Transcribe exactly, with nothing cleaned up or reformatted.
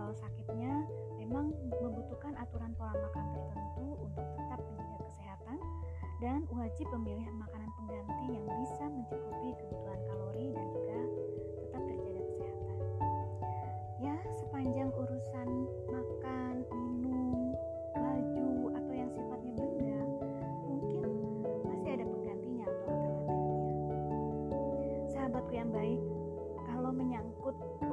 awal sakitnya memang membutuhkan aturan pola makan tertentu untuk tetap menjaga kesehatan dan wajib memilih makanan pengganti yang bisa mencukupi kebutuhan kalori dan juga tetap terjaga kesehatan. Ya, sepanjang urusan makan, minum, baju, atau yang sifatnya benda, mungkin masih ada penggantinya atau alternatifnya. Sahabatku yang baik, kalau menyangkut